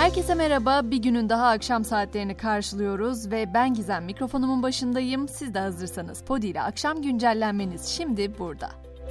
Herkese merhaba, bir günün daha akşam saatlerini karşılıyoruz ve ben Gizem mikrofonumun başındayım. Siz de hazırsanız Podi ile akşam güncellenmeniz şimdi burada.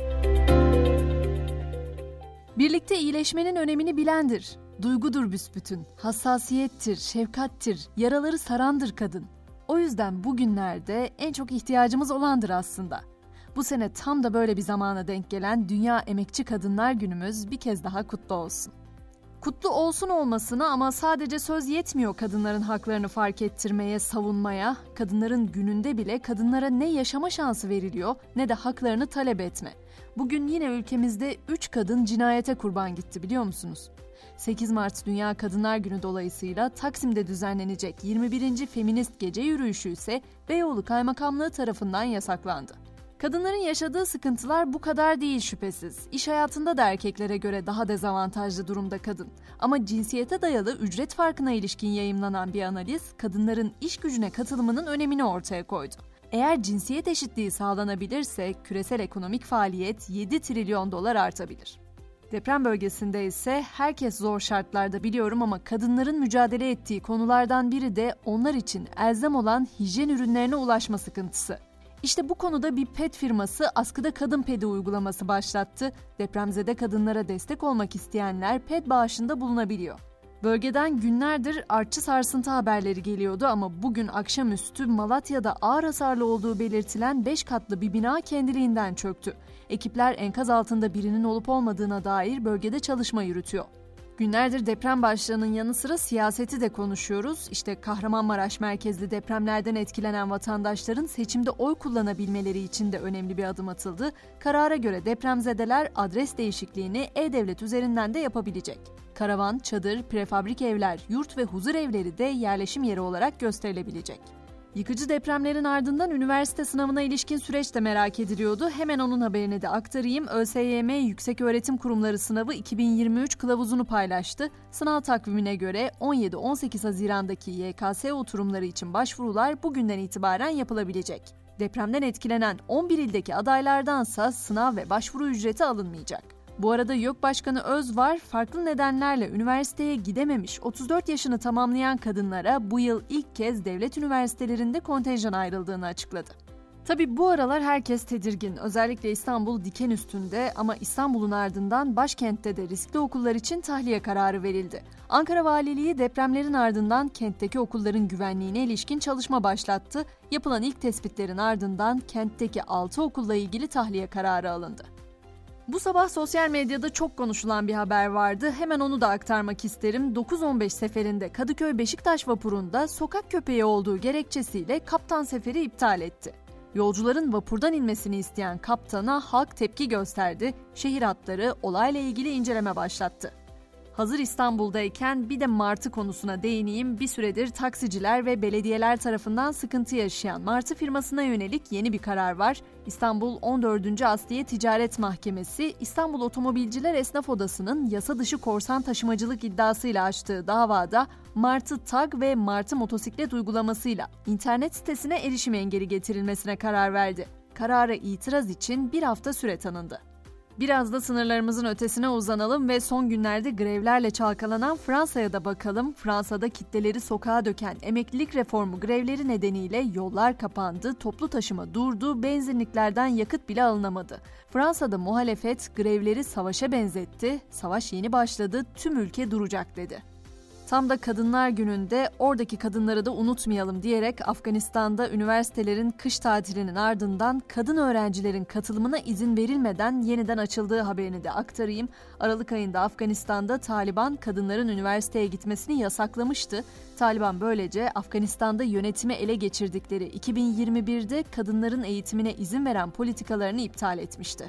Birlikte iyileşmenin önemini bilendir. Duygudur büsbütün, hassasiyettir, şefkattir, yaraları sarandır kadın. O yüzden bugünlerde en çok ihtiyacımız olandır aslında. Bu sene tam da böyle bir zamana denk gelen Dünya Emekçi Kadınlar Günümüz bir kez daha kutlu olsun. Kutlu olsun olmasına ama sadece söz yetmiyor kadınların haklarını fark ettirmeye, savunmaya. Kadınların gününde bile kadınlara ne yaşama şansı veriliyor ne de haklarını talep etme. Bugün yine ülkemizde 3 kadın cinayete kurban gitti biliyor musunuz? 8 Mart Dünya Kadınlar Günü dolayısıyla Taksim'de düzenlenecek 21. Feminist Gece Yürüyüşü ise Beyoğlu Kaymakamlığı tarafından yasaklandı. Kadınların yaşadığı sıkıntılar bu kadar değil şüphesiz. İş hayatında da erkeklere göre daha dezavantajlı durumda kadın. Ama cinsiyete dayalı ücret farkına ilişkin yayımlanan bir analiz, kadınların iş gücüne katılımının önemini ortaya koydu. Eğer cinsiyet eşitliği sağlanabilirse küresel ekonomik faaliyet 7 trilyon dolar artabilir. Deprem bölgesinde ise herkes zor şartlarda biliyorum ama kadınların mücadele ettiği konulardan biri de onlar için elzem olan hijyen ürünlerine ulaşma sıkıntısı. İşte bu konuda bir pet firması askıda kadın pedi uygulaması başlattı. Depremzede kadınlara destek olmak isteyenler ped bağışında bulunabiliyor. Bölgeden günlerdir artçı sarsıntı haberleri geliyordu ama bugün akşamüstü Malatya'da ağır hasarlı olduğu belirtilen 5 katlı bir bina kendiliğinden çöktü. Ekipler enkaz altında birinin olup olmadığına dair bölgede çalışma yürütüyor. Günlerdir deprem başlığının yanı sıra siyaseti de konuşuyoruz. İşte Kahramanmaraş merkezli depremlerden etkilenen vatandaşların seçimde oy kullanabilmeleri için de önemli bir adım atıldı. Karara göre depremzedeler adres değişikliğini E-Devlet üzerinden de yapabilecek. Karavan, çadır, prefabrik evler, yurt ve huzur evleri de yerleşim yeri olarak gösterilebilecek. Yıkıcı depremlerin ardından üniversite sınavına ilişkin süreç de merak ediliyordu. Hemen onun haberini de aktarayım. ÖSYM Yükseköğretim Kurumları Sınavı 2023 kılavuzunu paylaştı. Sınav takvimine göre 17-18 Haziran'daki YKS oturumları için başvurular bugünden itibaren yapılabilecek. Depremden etkilenen 11 ildeki adaylardansa sınav ve başvuru ücreti alınmayacak. Bu arada YÖK Başkanı Özvar, farklı nedenlerle üniversiteye gidememiş 34 yaşını tamamlayan kadınlara bu yıl ilk kez devlet üniversitelerinde kontenjan ayrıldığını açıkladı. Tabii bu aralar herkes tedirgin. Özellikle İstanbul diken üstünde ama İstanbul'un ardından başkentte de riskli okullar için tahliye kararı verildi. Ankara Valiliği depremlerin ardından kentteki okulların güvenliğine ilişkin çalışma başlattı. Yapılan ilk tespitlerin ardından kentteki 6 okulla ilgili tahliye kararı alındı. Bu sabah sosyal medyada çok konuşulan bir haber vardı. Hemen onu da aktarmak isterim. 9-15 seferinde Kadıköy-Beşiktaş vapurunda sokak köpeği olduğu gerekçesiyle kaptan seferi iptal etti. Yolcuların vapurdan inmesini isteyen kaptana halk tepki gösterdi. Şehir hatları olayla ilgili inceleme başlattı. Hazır İstanbul'dayken bir de martı konusuna değineyim. Bir süredir taksiciler ve belediyeler tarafından sıkıntı yaşayan martı firmasına yönelik yeni bir karar var. İstanbul 14. Asliye Ticaret Mahkemesi, İstanbul Otomobilciler Esnaf Odası'nın yasa dışı korsan taşımacılık iddiasıyla açtığı davada Martı Tag ve Martı Motosiklet uygulamasıyla internet sitesine erişim engeli getirilmesine karar verdi. Karara itiraz için bir hafta süre tanındı. Biraz da sınırlarımızın ötesine uzanalım ve son günlerde grevlerle çalkalanan Fransa'ya da bakalım. Fransa'da kitleleri sokağa döken emeklilik reformu grevleri nedeniyle yollar kapandı, toplu taşıma durdu, benzinliklerden yakıt bile alınamadı. Fransa'da muhalefet grevleri savaşa benzetti, savaş yeni başladı, tüm ülke duracak dedi. Tam da Kadınlar Günü'nde oradaki kadınları da unutmayalım diyerek Afganistan'da üniversitelerin kış tatilinin ardından kadın öğrencilerin katılımına izin verilmeden yeniden açıldığı haberini de aktarayım. Aralık ayında Afganistan'da Taliban kadınların üniversiteye gitmesini yasaklamıştı. Taliban böylece Afganistan'da yönetimi ele geçirdikleri 2021'de kadınların eğitimine izin veren politikalarını iptal etmişti.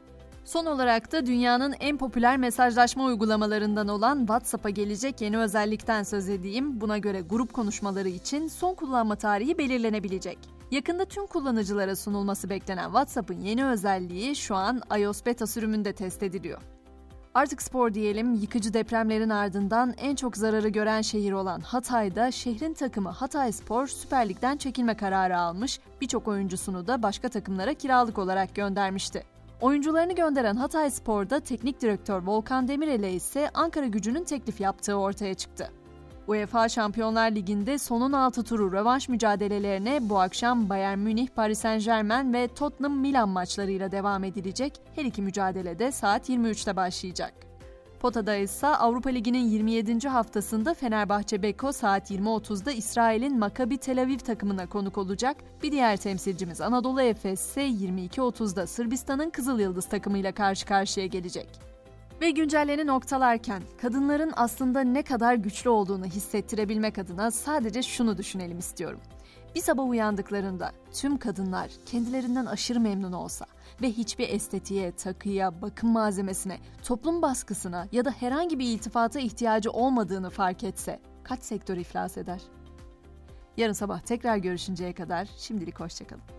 Son olarak da dünyanın en popüler mesajlaşma uygulamalarından olan WhatsApp'a gelecek yeni özellikten söz edeyim. Buna göre grup konuşmaları için son kullanma tarihi belirlenebilecek. Yakında tüm kullanıcılara sunulması beklenen WhatsApp'ın yeni özelliği şu an iOS beta sürümünde test ediliyor. Artık spor diyelim, yıkıcı depremlerin ardından en çok zararı gören şehir olan Hatay'da şehrin takımı Hatayspor Süper Lig'den çekilme kararı almış, birçok oyuncusunu da başka takımlara kiralık olarak göndermişti. Oyuncularını gönderen Hatayspor'da teknik direktör Volkan Demirel'e ise Ankara Gücü'nün teklif yaptığı ortaya çıktı. UEFA Şampiyonlar Ligi'nde son 16 turu rövanş mücadelelerine bu akşam Bayern Münih, Paris Saint-Germain ve Tottenham Milan maçlarıyla devam edilecek. Her iki mücadele de saat 23'te başlayacak. Potada ise Avrupa Ligi'nin 27. haftasında Fenerbahçe Beko saat 20.30'da İsrail'in Maccabi Tel Aviv takımına konuk olacak. Bir diğer temsilcimiz Anadolu Efes ise 22.30'da Sırbistan'ın Kızıl Yıldız takımıyla karşı karşıya gelecek. Ve güncelleni noktalarken kadınların aslında ne kadar güçlü olduğunu hissettirebilmek adına sadece şunu düşünelim istiyorum. Bir sabah uyandıklarında tüm kadınlar kendilerinden aşırı memnun olsa ve hiçbir estetiğe, takıya, bakım malzemesine, toplum baskısına ya da herhangi bir iltifata ihtiyacı olmadığını fark etse kaç sektör iflas eder? Yarın sabah tekrar görüşünceye kadar şimdilik hoşça kalın.